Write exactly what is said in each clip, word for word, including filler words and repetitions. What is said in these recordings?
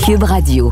Cube Radio.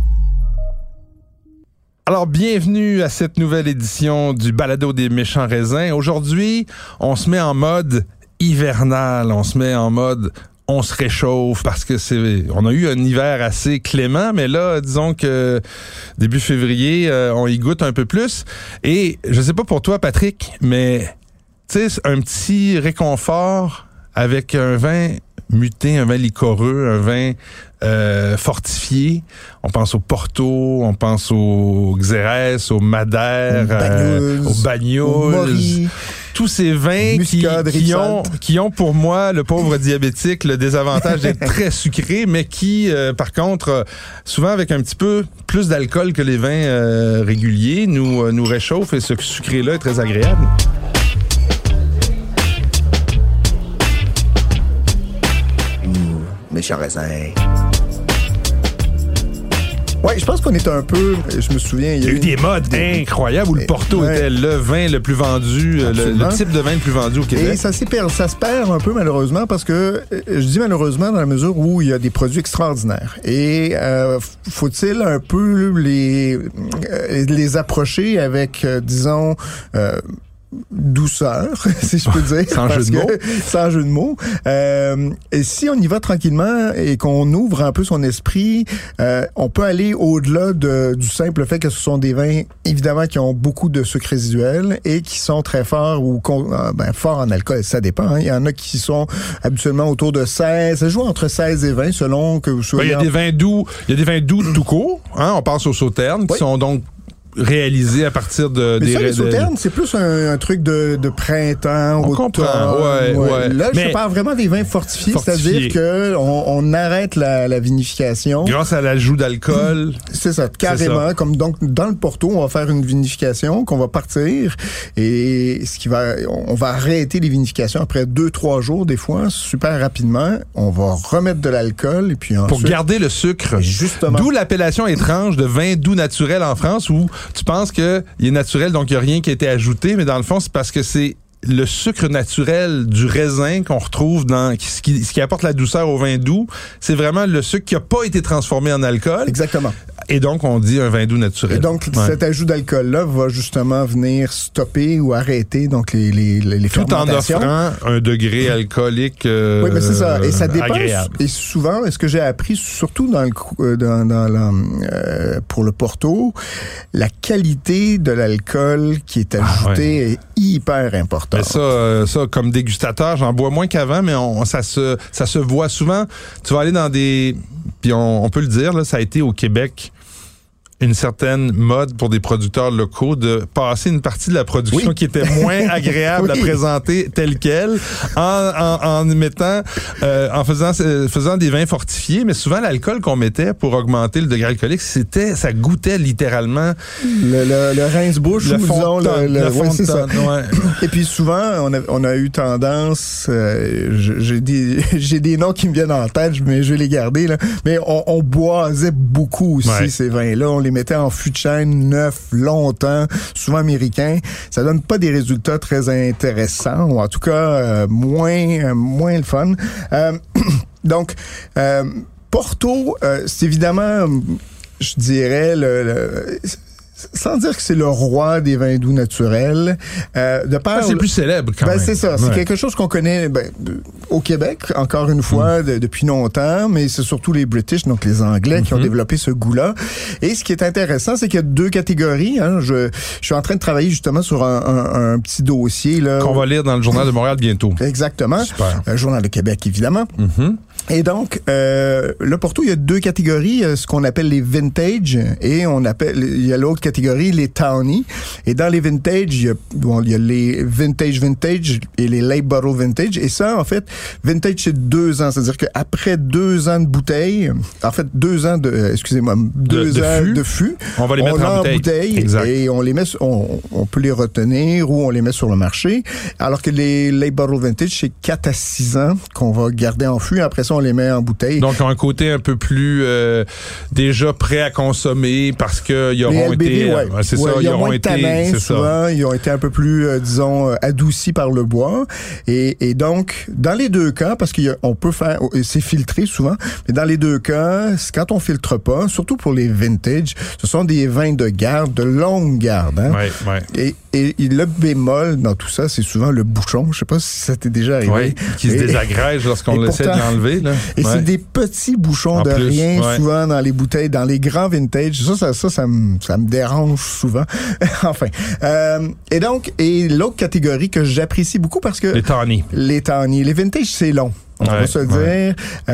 Alors, bienvenue à cette nouvelle édition du Balado des méchants raisins. Aujourd'hui, on se met en mode hivernal, on se met en mode on se réchauffe parce que c'est, on a eu un hiver assez clément, mais là, disons que début février, euh, on y goûte un peu plus. Et je sais pas pour toi, Patrick, mais tu sais, un petit réconfort avec un vin muté, un vin liquoreux, un vin euh, fortifié. On pense au Porto, on pense au Xérès, au Madère, euh, au Bagnols. Tous ces vins qui, qui, ont, qui ont pour moi, le pauvre diabétique, le désavantage d'être très sucrés, mais qui, euh, par contre, euh, souvent avec un petit peu plus d'alcool que les vins euh, réguliers, nous, euh, nous réchauffent et ce sucré-là est très agréable. Mmh, méchant raisin. Oui, je pense qu'on est un peu... Je me souviens... Il y a, il y a eu des modes des... incroyables où le Porto ouais. était le vin le plus vendu, le, le type de vin le plus vendu au Québec. Et ça, s'y perd, ça se perd un peu malheureusement parce que, je dis malheureusement dans la mesure où il y a des produits extraordinaires. Et euh, faut-il un peu les, les approcher avec, euh, disons... Euh, douceur, si je peux dire. Sans jeu de mots. Sans jeu de mots. Euh, et si on y va tranquillement et qu'on ouvre un peu son esprit, euh, on peut aller au-delà de, du simple fait que ce sont des vins, évidemment, qui ont beaucoup de sucre résiduel et qui sont très forts ou ben, forts en alcool. Ça dépend. Hein. Il y en a qui sont habituellement autour de seize. Ça joue entre seize et vingt selon que vous soyez... Ben, il y a des vins doux. Il y a des vins doux tout court. Hein. On pense aux sauternes qui oui. sont donc réalisé à partir de... Mais des ça, les de... sauternes, c'est plus un, un truc de, de printemps, on automne. comprend, ouais, ouais. ouais. Là, mais je parle vraiment des vins fortifiés, fortifiés. c'est-à-dire que on, on arrête la, la vinification. Grâce à l'ajout d'alcool. C'est ça, carrément. C'est ça. Comme donc, dans le Porto, on va faire une vinification qu'on va partir et ce qui va, on va arrêter les vinifications après deux, trois jours, des fois, super rapidement. On va remettre de l'alcool et puis ensuite... Pour garder le sucre. Justement. D'où l'appellation étrange de vin doux naturel en France où tu penses que il est naturel, donc il n'y a rien qui a été ajouté, mais dans le fond, c'est parce que c'est le sucre naturel du raisin qu'on retrouve dans ce qui, ce qui apporte la douceur au vin doux. C'est vraiment le sucre qui n'a pas été transformé en alcool. Exactement. Et donc, on dit un vin doux naturel. Et donc, ouais. cet ajout d'alcool-là va justement venir stopper ou arrêter donc les, les, les Tout fermentations. Tout en offrant un degré alcoolique euh, oui, mais c'est ça. Et ça dépend. Agréable. Et souvent, ce que j'ai appris, surtout dans le, dans, dans la, euh, pour le Porto, la qualité de l'alcool qui est ajouté ah, ouais. est hyper importante. Mais ça, euh, ça, comme dégustateur, j'en bois moins qu'avant, mais on, ça se, ça se voit souvent. Tu vas aller dans des, puis on, on peut le dire, là, ça a été au Québec une certaine mode pour des producteurs locaux de passer une partie de la production oui. qui était moins agréable oui. à présenter telle quelle en, en, en mettant, euh, en faisant, euh, faisant des vins fortifiés, mais souvent l'alcool qu'on mettait pour augmenter le degré alcoolique, c'était, ça goûtait littéralement le, le, le rince-bouche le ou disons le, le, le ouais, c'est ça. Ouais. Et puis souvent, on a, on a eu tendance, euh, j'ai des, j'ai des noms qui me viennent en tête, mais je vais les garder là. Mais on, on boisait beaucoup aussi ouais. ces vins-là. On les mettait en fût de chêne neuf longtemps, souvent américains. Ça donne pas des résultats très intéressants, ou en tout cas euh, moins euh, moins le fun. Euh, donc, euh, Porto, euh, c'est évidemment, je dirais, le, le sans dire que c'est le roi des vins doux naturels. Euh, de par, ben, c'est le plus célèbre quand ben, même. C'est ça. C'est ouais. quelque chose qu'on connaît ben, au Québec, encore une fois, mm. de, depuis longtemps, mais c'est surtout les British, donc les Anglais, mm-hmm. qui ont développé ce goût-là. Et ce qui est intéressant, c'est qu'il y a deux catégories. Hein. Je, je suis en train de travailler justement sur un, un, un petit dossier. Là, qu'on va lire dans le Journal de Montréal bientôt. Exactement. Super. Le Journal de Québec, évidemment. Mm-hmm. Et donc, euh, le Porto, il y a deux catégories, ce qu'on appelle les vintage, et on appelle, il y a l'autre catégorie, les tawny. Et dans les vintage, il y a, bon, il y a les vintage vintage et les late bottle vintage. Et ça, en fait, vintage, c'est deux ans. C'est-à-dire qu'après deux ans de bouteille, en fait, deux ans de, euh, excusez-moi, deux de, de ans fût. de fût, on va les mettre en bouteille. bouteille exact. Et on les met, on, on peut les retenir ou on les met sur le marché. Alors que les late bottle vintage, c'est quatre à six ans qu'on va garder en fût. Après ça, on on les met en bouteille. Donc, ils ont un côté un peu plus euh, déjà prêt à consommer parce qu'ils auront été... Ouais. Euh, c'est ouais, ça, ils auront moins de été... tanins, c'est souvent, ça. Ils ont été un peu plus, euh, disons, adoucis par le bois. Et, et donc, dans les deux cas, parce qu'on peut faire... C'est filtré souvent, mais dans les deux cas, quand on filtre pas, surtout pour les vintage, ce sont des vins de garde, de longue garde. Hein? Ouais, ouais. Et, et, et le bémol dans tout ça, c'est souvent le bouchon. Je sais pas si ça t'est déjà arrivé. Oui, qui se et, désagrège lorsqu'on essaie de l'enlever. Là. Et ouais. c'est des petits bouchons en de plus, rien, ouais. souvent dans les bouteilles, dans les grands vintage. Ça, ça, ça, ça, me, ça me dérange souvent. enfin. Euh, et donc, et l'autre catégorie que j'apprécie beaucoup parce que... Les tawny. Les tawny. Les vintage, c'est long. On ouais, va se dire. Ouais.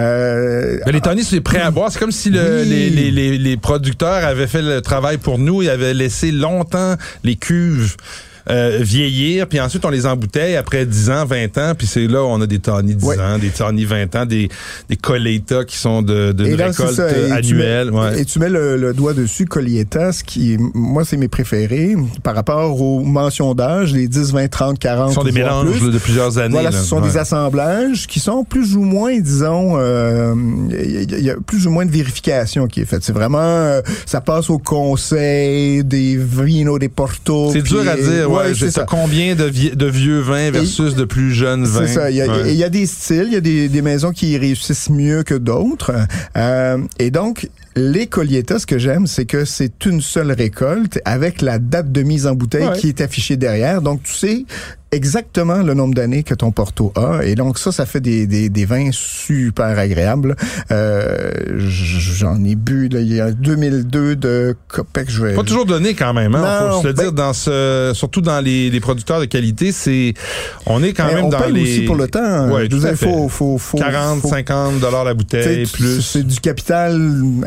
Euh, Mais les tawny, c'est prêt à boire. C'est comme si le, oui. les, les, les, les producteurs avaient fait le travail pour nous. Ils avaient laissé longtemps les cuves Euh, vieillir, puis ensuite on les embouteille après dix ans, vingt ans, puis c'est là où on a des tawny dix ouais. ans, des tawny vingt ans, des, des Colheita qui sont de, de là, récolte et annuelle. Tu mets, ouais. Et tu mets le, le doigt dessus, Colheita, ce qui, moi, c'est mes préférés par rapport aux mentions d'âge, les dix, vingt, trente, quarante. Ce sont des mélanges plus. de plusieurs années. Voilà, là. ce sont ouais. des assemblages qui sont plus ou moins, disons, il euh, y, y a plus ou moins de vérification qui est faite. C'est vraiment, euh, ça passe au conseil des vino, des portos. C'est dur à dire, ouais. ouais je sais combien De, vie, de vieux vins versus et, de plus jeunes vins. C'est ça. Il y, ouais. y a des styles, il y a des, des maisons qui réussissent mieux que d'autres. Euh, et donc, les Colheita, ce que j'aime, c'est que c'est une seule récolte avec la date de mise en bouteille ouais. qui est affichée derrière. Donc, tu sais exactement le nombre d'années que ton Porto a. Et donc, ça, ça fait des, des, des vins super agréables. Euh, j'en ai bu, là, il y a deux mille deux de Copec. Je vais... Pas toujours donné quand même, hein. Non, faut se le ben, dire, dans ce, surtout dans les, les producteurs de qualité, c'est, on est quand même on dans paye les... aussi pour le temps. Ouais, tout à fait. Faut, faut, faut, quarante, faut... cinquante dollars la bouteille, plus. C'est du capital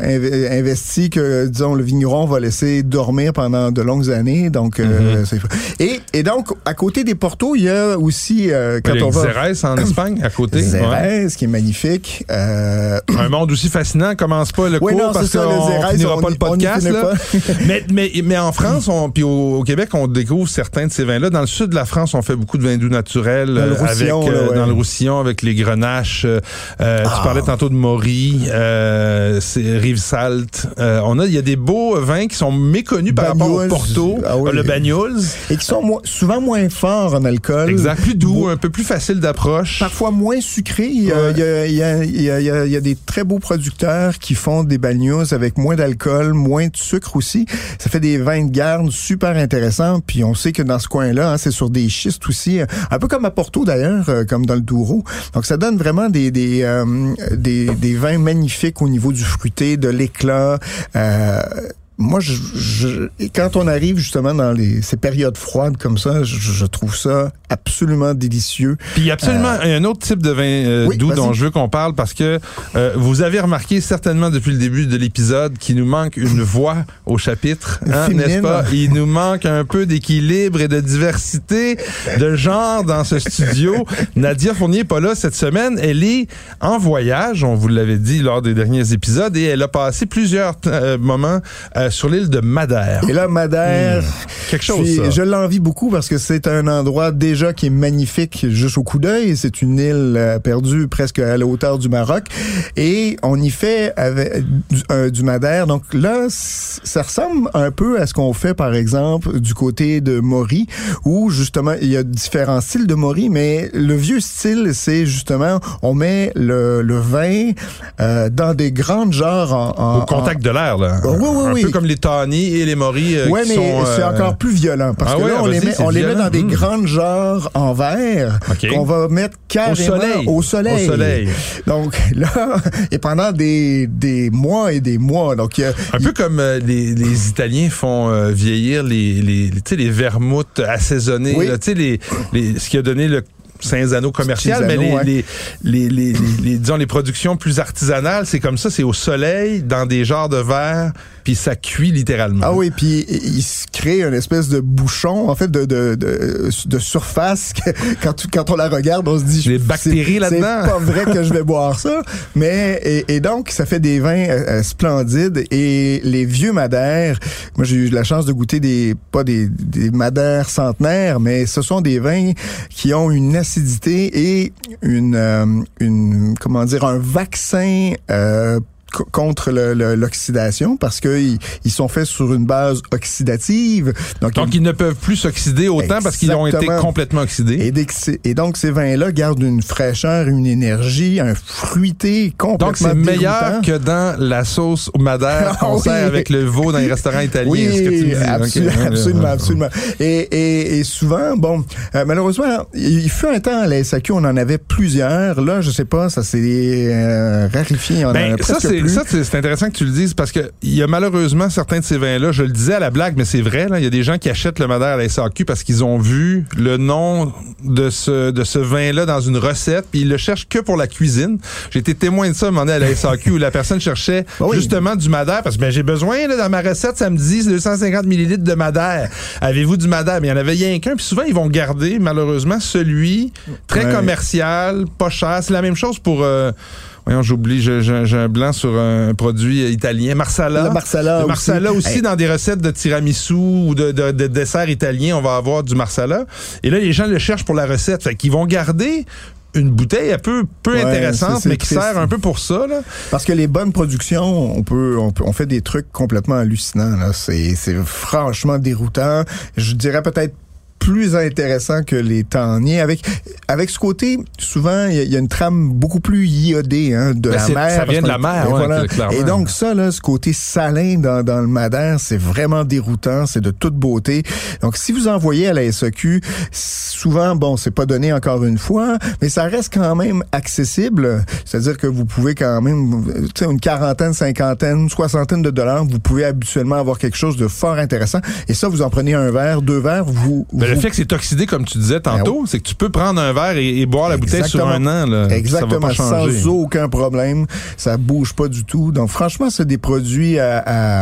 investi que, disons, le vigneron va laisser dormir pendant de longues années. Donc, mm-hmm. euh, c'est... Et, et donc, à côté des Portos, il y a aussi euh, quand il y a on va Xérès en Espagne à côté. Xérès, ouais. qui est magnifique. Euh... Un monde aussi fascinant. Commence pas le oui, cours non, parce ça, qu'on Xérès, finira on, pas le podcast. Là. mais, mais, mais en France, on, puis au, au Québec, on découvre certains de ces vins-là. Dans le sud de la France, on fait beaucoup de vins doux naturels dans le Roussillon, avec là, euh, ouais. dans le Roussillon avec les Grenaches. Euh, ah. Tu parlais tantôt de Maury, euh, c'est Rivesaltes. Euh, on a, il y a des beaux vins qui sont méconnus par Bagnols, rapport au Porto, ah oui. le Bagnols, et qui sont mo- souvent moins forts en alcool. Exact, plus doux, un peu plus facile d'approche. Parfois moins sucré. Il y a, ouais. il y a, il y a, il y a, il y a, il y a des très beaux producteurs qui font des Bagnols avec moins d'alcool, moins de sucre aussi. Ça fait des vins de garde super intéressants. Puis on sait que dans ce coin-là, hein, c'est sur des schistes aussi, un peu comme à Porto d'ailleurs, euh, comme dans le Douro. Donc ça donne vraiment des des, euh, des des vins magnifiques au niveau du fruité, de l'éclat. Euh, Moi, je, je, quand on arrive justement dans les, ces périodes froides comme ça, je, je trouve ça absolument délicieux. Puis il y a absolument euh, un autre type de vin euh, oui, doux vas-y. dont je veux qu'on parle parce que euh, vous avez remarqué certainement depuis le début de l'épisode qu'il nous manque une voix au chapitre, hein, n'est-ce pas? Il nous manque un peu d'équilibre et de diversité de genre dans ce studio. Nadia Fournier n'est pas là cette semaine. Elle est en voyage, on vous l'avait dit lors des derniers épisodes, et elle a passé plusieurs euh, moments euh, sur l'île de Madère. Et là, Madère, mmh, quelque chose, je, ça. je l'envie beaucoup parce que c'est un endroit déjà qui est magnifique juste au coup d'œil. C'est une île euh, perdue presque à la hauteur du Maroc. Et on y fait avec du, euh, du Madère. Donc là, ça ressemble un peu à ce qu'on fait, par exemple, du côté de Maury, où justement, il y a différents styles de Maury, mais le vieux style, c'est justement, on met le, le vin euh, dans des grandes jarres en, en, au contact en... de l'air, là. Oh, oui, oui, un oui. peu comme les Tawny et les Maury euh, ouais, qui mais sont... Ouais, mais c'est euh... encore plus violent. Parce ah que ouais, là, on, les met, on les met dans des mmh. grandes jarres en verre okay. qu'on va mettre carrément au soleil. Au soleil. Au soleil. Donc là, et pendant des, des mois et des mois. Donc, il y a, un il... peu comme euh, les, les Italiens font euh, vieillir les, les, les, les vermouths assaisonnés. Oui. Là, les, les, ce qui a donné le Saint-Zano commercial, mais les, ouais. les, les, les, les, les, disons, les productions plus artisanales, c'est comme ça, c'est au soleil, dans des jarres de verre, puis ça cuit littéralement. Ah oui, puis il se crée une espèce de bouchon, en fait, de, de, de, de surface. Quand, tu, quand on la regarde, on se dit... Des bactéries là-dedans. C'est pas vrai que je vais boire ça. Mais, et, et donc, ça fait des vins euh, splendides. Et les vieux Madères, moi, j'ai eu la chance de goûter des, pas des, des Madères centenaires, mais ce sont des vins qui ont une espèce acidité et une, euh, une comment dire, un vaccin euh, contre le, le, l'oxydation parce que ils, ils sont faits sur une base oxydative. Donc, donc ils, ils ne peuvent plus s'oxyder autant exactement. Parce qu'ils ont été complètement oxydés. Et, et donc, ces vins-là gardent une fraîcheur, une énergie, un fruité complètement Donc, c'est déroutant. Meilleur que dans la sauce au madère qu'on oui. sert avec le veau dans les restaurants italiens. Oui, ce que tu me dis. Absolument, okay. absolument, absolument. Et, et, et souvent, bon, euh, malheureusement, il fut un temps à la S A Q, on en avait plusieurs. Là, je sais pas, ça s'est euh, raréfié. On ben, en a presque ça, c'est Ça, c'est intéressant que tu le dises parce que il y a malheureusement certains de ces vins-là, je le disais à la blague, mais c'est vrai, là, il y a des gens qui achètent le madère à la S A Q parce qu'ils ont vu le nom de ce de ce vin-là dans une recette, puis ils le cherchent que pour la cuisine. J'ai été témoin de ça à un moment donné à la S A Q où la personne cherchait oui. justement du madère parce que ben, j'ai besoin, là, dans ma recette, ça me dit deux cent cinquante millilitres de madère. Avez-vous du madère? Mais il y en avait rien qu'un, puis souvent, ils vont garder, malheureusement, celui très ouais. commercial, pas cher. C'est la même chose pour... Euh, Voyons, j'oublie, j'ai, j'ai un blanc sur un produit italien. Marsala. Le Marsala. Le Marsala aussi, aussi hey. Dans des recettes de tiramisu ou de, de, de dessert italien, on va avoir du Marsala. Et là, les gens le cherchent pour la recette. Fait qu'ils vont garder une bouteille un peu peu ouais, intéressante, c'est, c'est mais qui triste. Sert un peu pour ça, là. Parce que les bonnes productions, on peut, on peut, on fait des trucs complètement hallucinants, là. C'est, c'est franchement déroutant. Je dirais peut-être plus intéressant que les tanniers. Avec avec ce côté, souvent, il y, y a une trame beaucoup plus iodée hein, de ben la mer. Ça vient de la mer, et, ouais, voilà. clairement. Et donc ça, là, ce côté salin dans, dans le madère, c'est vraiment déroutant, c'est de toute beauté. Donc, si vous envoyez à la S A Q, souvent, bon, c'est pas donné encore une fois, mais ça reste quand même accessible. C'est-à-dire que vous pouvez quand même, tu sais, une quarantaine, cinquantaine, soixantaine de dollars, vous pouvez habituellement avoir quelque chose de fort intéressant. Et ça, vous en prenez un verre, deux verres, vous... Ben, vous... Le fait que c'est oxydé, comme tu disais tantôt, c'est que tu peux prendre un verre et, et boire la Exactement. Bouteille sur un an. Là. Exactement, ça va pas changer. Sans aucun problème. Ça bouge pas du tout. Donc, franchement, c'est des produits à... à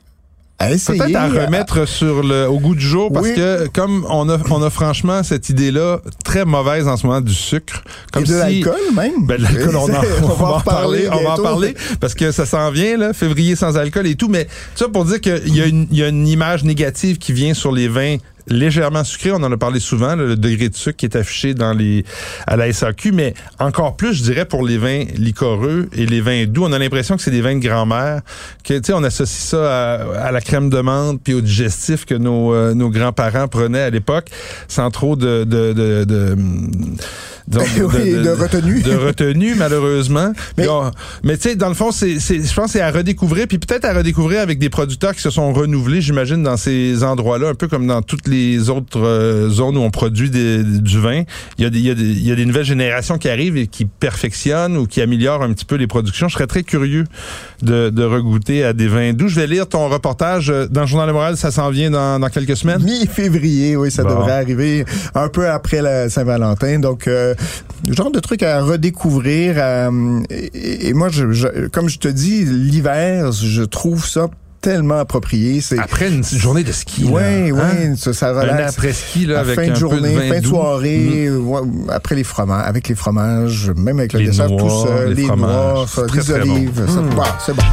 À essayer, peut-être à remettre à... sur le au goût du jour parce oui. que comme on a on a franchement cette idée-là très mauvaise en ce moment du sucre comme et de si, l'alcool même ben l'alcool on, en, on, on va en parler on va en parler parce que ça s'en vient là février sans alcool et tout mais ça pour dire qu'il y a une il y a une image négative qui vient sur les vins légèrement sucré, on en a parlé souvent, là, le degré de sucre qui est affiché dans les à la S A Q, mais encore plus, je dirais, pour les vins liquoreux et les vins doux, on a l'impression que c'est des vins de grand-mère, que tu sais, on associe ça à, à la crème de menthe puis au digestif que nos euh, nos grands-parents prenaient à l'époque, sans trop de de de, de Donc, oui, de, de, de retenue. De retenue, malheureusement. Mais, mais tu sais, dans le fond, c'est, c'est, je pense que c'est à redécouvrir, puis peut-être à redécouvrir avec des producteurs qui se sont renouvelés, j'imagine, dans ces endroits-là, un peu comme dans toutes les autres euh, zones où on produit des, du vin. Il y a des, il y a des, il y a des nouvelles générations qui arrivent et qui perfectionnent ou qui améliorent un petit peu les productions. Je serais très curieux de, de regoûter à des vins doux. Je vais lire ton reportage dans le Journal de Montréal. Ça s'en vient dans, dans quelques semaines? Mi-février, oui, ça bon. devrait arriver un peu après la Saint-Valentin. Donc, euh, genre de truc à redécouvrir. Euh, et, et moi, je, je, comme je te dis, l'hiver, je trouve ça tellement approprié. C'est après une journée de ski. Oui, oui, hein? ça, ça relaxe. Un après-ski là, avec fin de un journée, peu de vin fin de doux. soirée, mmh. ouais, après les fromages, avec les fromages, même avec le les dessert noix, tout seul, les, les noix, ça, très, les très olives, bon. ça, mmh. wow, c'est bon.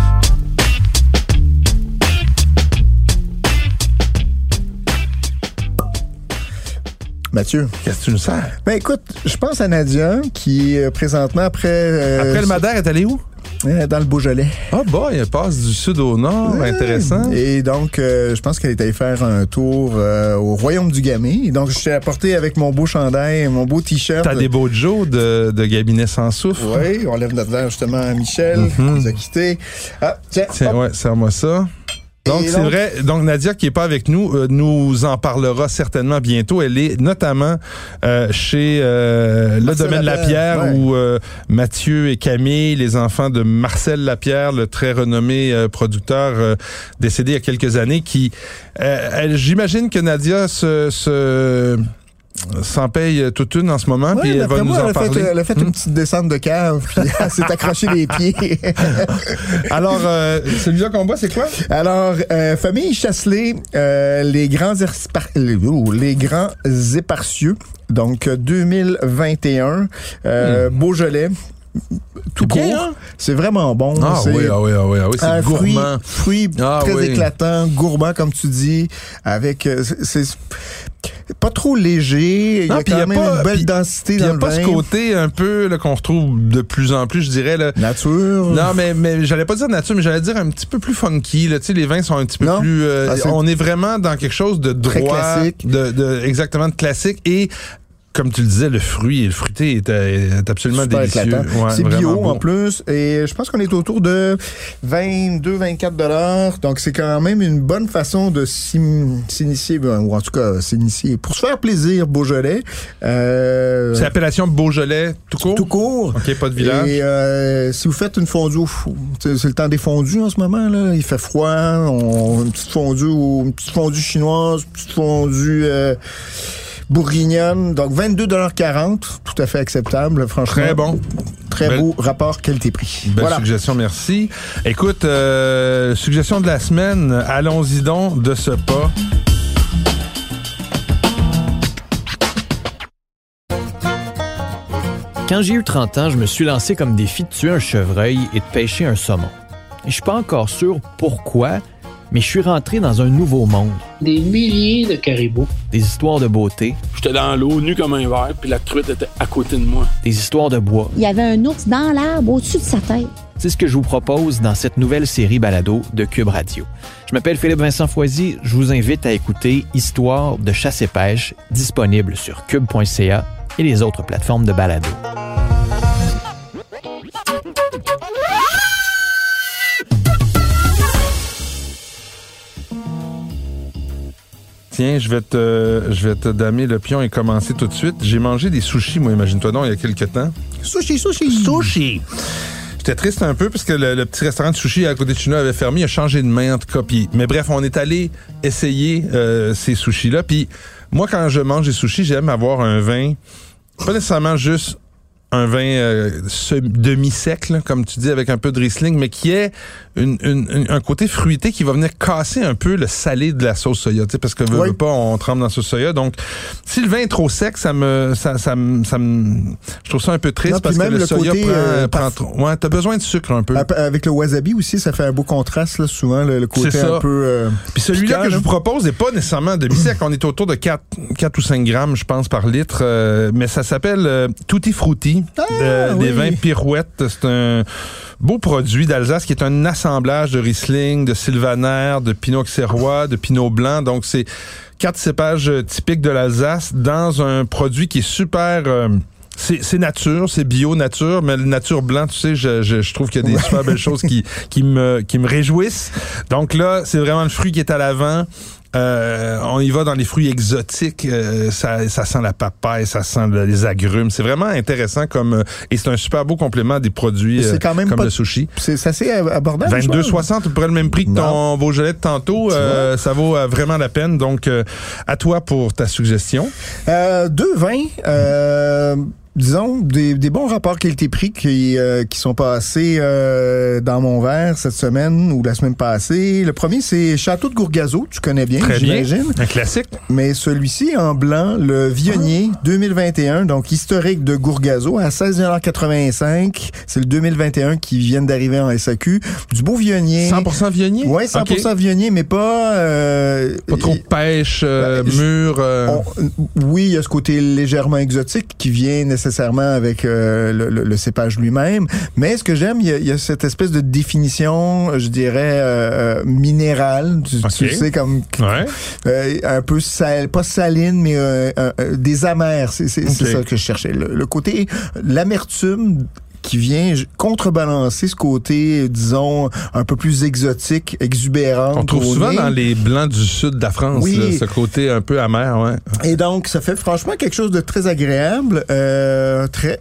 Mathieu. Qu'est-ce que tu nous sers? Ben écoute, je pense à Nadia qui euh, présentement après... Euh, après le madère est allée où? Euh, dans le Beaujolais. Ah oh bah, elle passe du sud au nord, ouais. Intéressant. Et donc, euh, je pense qu'elle est allée faire un tour euh, au Royaume du Gamay. Donc, je t'ai apporté avec mon beau chandail, mon beau t-shirt. T'as des beaux Joe de, de Gabinet sans souffle. Oui, on lève notre verre justement à Michel, mm-hmm. qui nous a quittés. Ah, tiens, tiens ouais, serre-moi ça. Donc, c'est donc, vrai. Donc, Nadia, qui est pas avec nous, euh, nous en parlera certainement bientôt. Elle est notamment euh, chez euh, le domaine Lapierre, ouais. où euh, Mathieu et Camille, les enfants de Marcel Lapierre, le très renommé euh, producteur euh, décédé il y a quelques années, qui, euh, elle, j'imagine que Nadia se... se s'en paye toute une en ce moment, ouais, puis elle va nous moi, en elle parler. Fait, elle a fait une petite descente de cave, puis elle s'est accrochée les pieds. Alors, euh, celui-là qu'on boit, c'est quoi? Alors, euh, famille Chasselet, euh, les grands espar- les, oh, les grands éparcieux, donc deux mille vingt et un, euh, mmh. Beaujolais. tout court. Bien, hein? C'est vraiment bon. Ah c'est oui, ah oui, ah oui, ah oui, c'est un gourmand. Fruit, fruit ah très oui. éclatant, gourmand, comme tu dis, avec... C'est, c'est pas trop léger. Non, il y a quand même pas, une belle densité dans le vin. Il n'y a pas ce côté un peu là, qu'on retrouve de plus en plus, je dirais. Là. Nature. Non, mais, mais j'allais pas dire nature, mais j'allais dire un petit peu plus funky. Là. Tu sais, les vins sont un petit peu non. plus... Euh, ah, on est vraiment dans quelque chose de droit. Très classique. De, de, exactement, de classique. Et... Comme tu le disais, le fruit et le fruité est, est absolument super délicieux. Ouais, c'est bio beau. En plus. Et je pense qu'on est autour de vingt-deux à vingt-quatre dollars. Donc, c'est quand même une bonne façon de s'initier, ou en tout cas, s'initier pour se faire plaisir, Beaujolais. Euh, c'est l'appellation Beaujolais tout court? Tout court. OK, pas de village. Et euh, si vous faites une fondue, c'est le temps des fondues en ce moment, là. Il fait froid. On, une petite fondue, une petite fondue chinoise, une petite fondue... Euh, bourguignonne, donc vingt-deux dollars quarante, tout à fait acceptable, franchement. Très bon. Très Belle, beau rapport qualité-prix. Belle voilà. suggestion, merci. Écoute, euh, suggestion de la semaine, allons-y donc de ce pas. Quand j'ai eu trente ans, je me suis lancé comme défi de tuer un chevreuil et de pêcher un saumon. Et je suis pas encore sûr pourquoi, mais je suis rentré dans un nouveau monde. Des milliers de caribous. Des histoires de beauté. J'étais dans l'eau, nu comme un verre, puis la truite était à côté de moi. Des histoires de bois. Il y avait un ours dans l'arbre au-dessus de sa tête. C'est ce que je vous propose dans cette nouvelle série balado de Cube Radio. Je m'appelle Philippe Vincent Foisy. Je vous invite à écouter Histoire de chasse et pêche, disponible sur cube point c a et les autres plateformes de balado. Tiens, je vais te, je vais te damer le pion et commencer tout de suite. J'ai mangé des sushis, moi, imagine-toi donc, il y a quelques temps. Sushi, sushi! Sushi! J'étais triste un peu parce que le, le petit restaurant de sushi à côté de chez nous avait fermé, il a changé de main en tout cas. Puis, mais bref, on est allé essayer euh, ces sushis-là. Puis moi, quand je mange des sushis, j'aime avoir un vin, pas nécessairement juste un vin euh, demi-sec, là, comme tu dis, avec un peu de Riesling, mais qui est une, une, une, un côté fruité qui va venir casser un peu le salé de la sauce soya, tu sais, parce que veut, oui. veut pas, on trempe dans la sauce soya. Donc, si le vin est trop sec, ça me, ça, ça, me, ça me, je trouve ça un peu triste non, parce que le, le soya côté, prend, euh, prend trop. Ouais, t'as besoin de sucre un peu. Avec le wasabi aussi, ça fait un beau contraste, là, souvent, le, le côté un peu. Euh, Puis celui-là piquant, que là. je vous propose n'est pas nécessairement demi-sec. On est autour de quatre ou cinq grammes, je pense, par litre, euh, mais ça s'appelle euh, Tutti Frutti. Ah, euh, oui. Des vins Pirouette. C'est un beau produit d'Alsace qui est un assemblage de Riesling, de Sylvaner, de Pinot Auxerrois, de Pinot Blanc. Donc, c'est quatre cépages typiques de l'Alsace dans un produit qui est super... Euh, C'est, c'est nature, c'est bio nature, mais le nature blanc, tu sais, je, je, je trouve qu'il y a des super belles choses qui, qui me, qui me réjouissent. Donc là, c'est vraiment le fruit qui est à l'avant. Euh, on y va dans les fruits exotiques, euh, ça, ça sent la papaye, ça sent le, les agrumes. C'est vraiment intéressant comme et c'est un super beau complément des produits euh, comme pas, le sushi. C'est, c'est assez abordable. vingt-deux soixante, à peu près le même prix que non. ton Beaujolais de tantôt. Euh, ça vaut euh, vraiment la peine. Donc, euh, à toi pour ta suggestion. Euh, deux vins. Euh, Disons, des, des bons rapports qualité-prix qui, euh, qui sont passés euh, dans mon verre cette semaine ou la semaine passée. Le premier, c'est Château de Gourgazo. Tu connais bien, Très j'imagine. Bien. Un classique. Mais celui-ci, en blanc, le Viognier ah. deux mille vingt et un, donc historique de Gourgazo, à seize dollars quatre-vingt-cinq. C'est le deux mille vingt et un qui vient d'arriver en S A Q. Du beau Viognier. cent pour cent Viognier? Oui, cent pour cent okay. Viognier, mais pas... Euh, pas trop pêche, euh, ben, mûr. Euh... On, oui, il y a ce côté légèrement exotique qui vient nécessairement nécessairement avec euh, le, le, le cépage lui-même. Mais ce que j'aime, il y a, il y a cette espèce de définition, je dirais, euh, minérale. Tu, okay. tu sais, comme ouais. euh, un peu sal, pas saline, mais euh, euh, des amers. C'est, c'est, okay. c'est ça que je cherchais. Le, le côté, l'amertume qui vient contrebalancer ce côté, disons, un peu plus exotique, exubérant. On trouve souvent dans les blancs du sud de la France, oui. là, ce côté un peu amer, ouais. Et donc, ça fait franchement quelque chose de très agréable, euh, très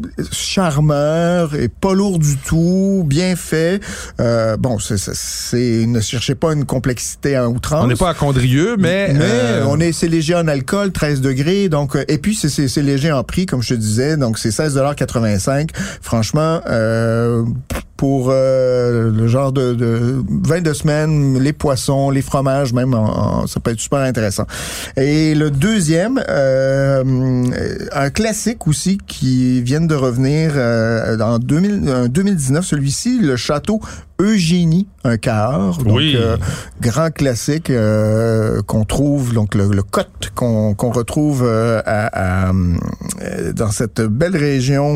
charmeur et pas lourd du tout, bien fait. Euh, bon, c'est, c'est, c'est, ne cherchez pas une complexité en outrance. On n'est pas à Condrieu, mais... Mais euh... on est, c'est léger en alcool, treize degrés, donc, et puis c'est, c'est, c'est léger en prix, comme je te disais, donc c'est seize dollars quatre-vingt-cinq. Franchement, euh, pour euh, le genre de, de vin de semaine, les poissons, les fromages même, en, en, ça peut être super intéressant. Et le deuxième, euh, un classique aussi qui vient de revenir euh, en deux mille, en deux mille dix-neuf, celui-ci, le château Eugénie, un Cahors, donc oui. euh, grand classique euh, qu'on trouve, donc le, le Côte qu'on, qu'on retrouve euh, à, à, dans cette belle région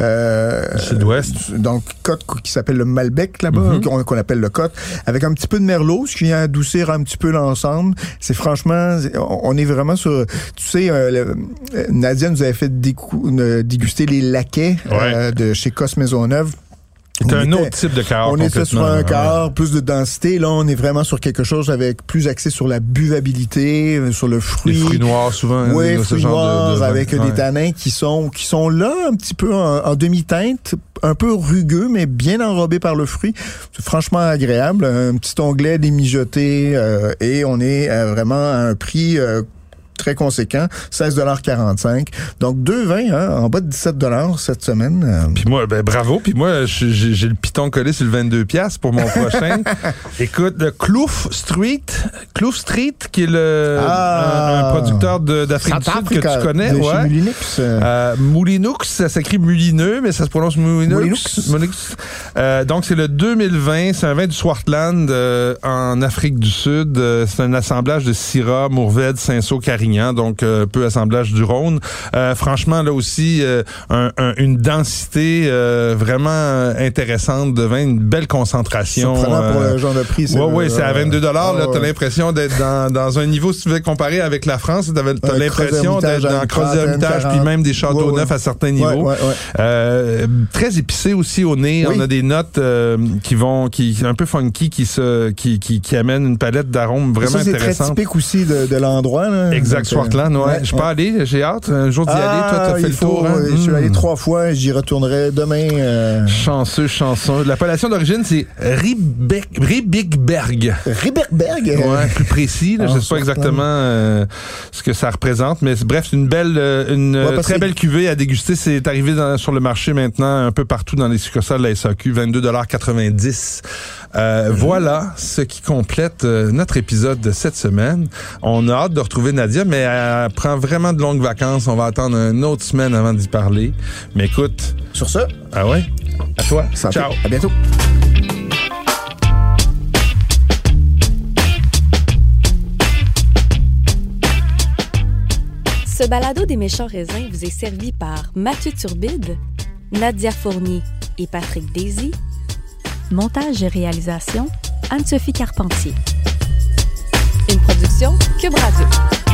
euh, sud-ouest, donc Côte qui s'appelle le Malbec là-bas, mm-hmm. qu'on, qu'on appelle le Côte, avec un petit peu de merlot, ce qui vient adoucir un petit peu l'ensemble. C'est franchement, on est vraiment sur, tu sais, euh, le, Nadia nous avait fait décou- déguster les laquais ouais. euh, de chez Cos Maisonneuve. C'est un autre type de Cahors. On était sur un Cahors, ouais. plus de densité. Là, on est vraiment sur quelque chose avec plus axé sur la buvabilité, sur le fruit. Les fruits noirs, souvent. Oui, ce fruits genre noirs de, de... avec ouais. des tanins qui sont qui sont là un petit peu en, en demi-teinte, un peu rugueux, mais bien enrobés par le fruit. C'est franchement agréable. Un petit onglet démijoté euh, et on est euh, vraiment à un prix euh, très conséquent, seize dollars quarante-cinq. Donc, deux vins hein, en bas de dix-sept dollars cette semaine. Puis moi, ben bravo. Puis moi, j'ai, j'ai le piton collé sur le vingt-deux piastres pour mon prochain. Écoute, le Kloof Street, Kloof Street, qui est le ah, un, un producteur de, d'Afrique du Sud que tu connais. De ouais. chez Moulinux. Euh, Moulinux, ça s'écrit Moulineux, mais ça se prononce Moulinux. Moulinux. Euh, donc, c'est le deux mille vingt. C'est un vin du Swartland euh, en Afrique du Sud. Euh, c'est un assemblage de Syrah, Mourvèdre, Cinsault, Carignan. Donc, euh, peu assemblage du Rhône. Euh, franchement, là aussi, euh, un, un, une densité euh, vraiment intéressante de vin, une belle concentration. Surprenant euh, pour le genre de prix. Oui, oui, c'est à vingt-deux dollars. Euh, là, oh, t'as ouais. l'impression d'être dans, dans un niveau, si tu veux comparer avec la France, t'as, t'as un l'impression d'être dans Crozes-Hermitage, puis même des châteaux ouais, neufs ouais. à certains niveaux. Ouais, ouais, ouais. Euh, très épicé aussi au nez. Oui. On a des notes euh, qui vont, qui un peu funky, qui se, qui, qui, qui amènent une palette d'arômes vraiment ça, c'est intéressante. C'est très typique aussi de, de l'endroit. Là. Exact, Swartland, ouais. ouais. Je peux ouais. aller, j'ai hâte un jour d'y ah, aller. Toi, t'as fait le faut, tour. Hein? Je suis mmh. allé trois fois, j'y retournerai demain. Euh... Chanceux, chanceux. L'appellation d'origine, c'est Riebeck, Riebigberg. Riebigberg? Ouais, plus précis. Là, je sais pas exactement euh, ce que ça représente, mais bref, c'est une belle, une ouais, très belle cuvée à déguster. C'est arrivé dans, sur le marché maintenant, un peu partout dans les succursales de la S A Q, vingt-deux dollars quatre-vingt-dix. Euh, mmh. Voilà ce qui complète euh, notre épisode de cette semaine. On a hâte de retrouver Nadia, mais elle prend vraiment de longues vacances. On va attendre une autre semaine avant d'y parler. Mais écoute... Sur ce... Ah ouais? À toi. Santé. Ciao. À bientôt. Ce balado des méchants raisins vous est servi par Mathieu Turbide, Nadia Fournier et Patrick Daisy. Montage et réalisation, Anne-Sophie Carpentier. Une production Cube Radio.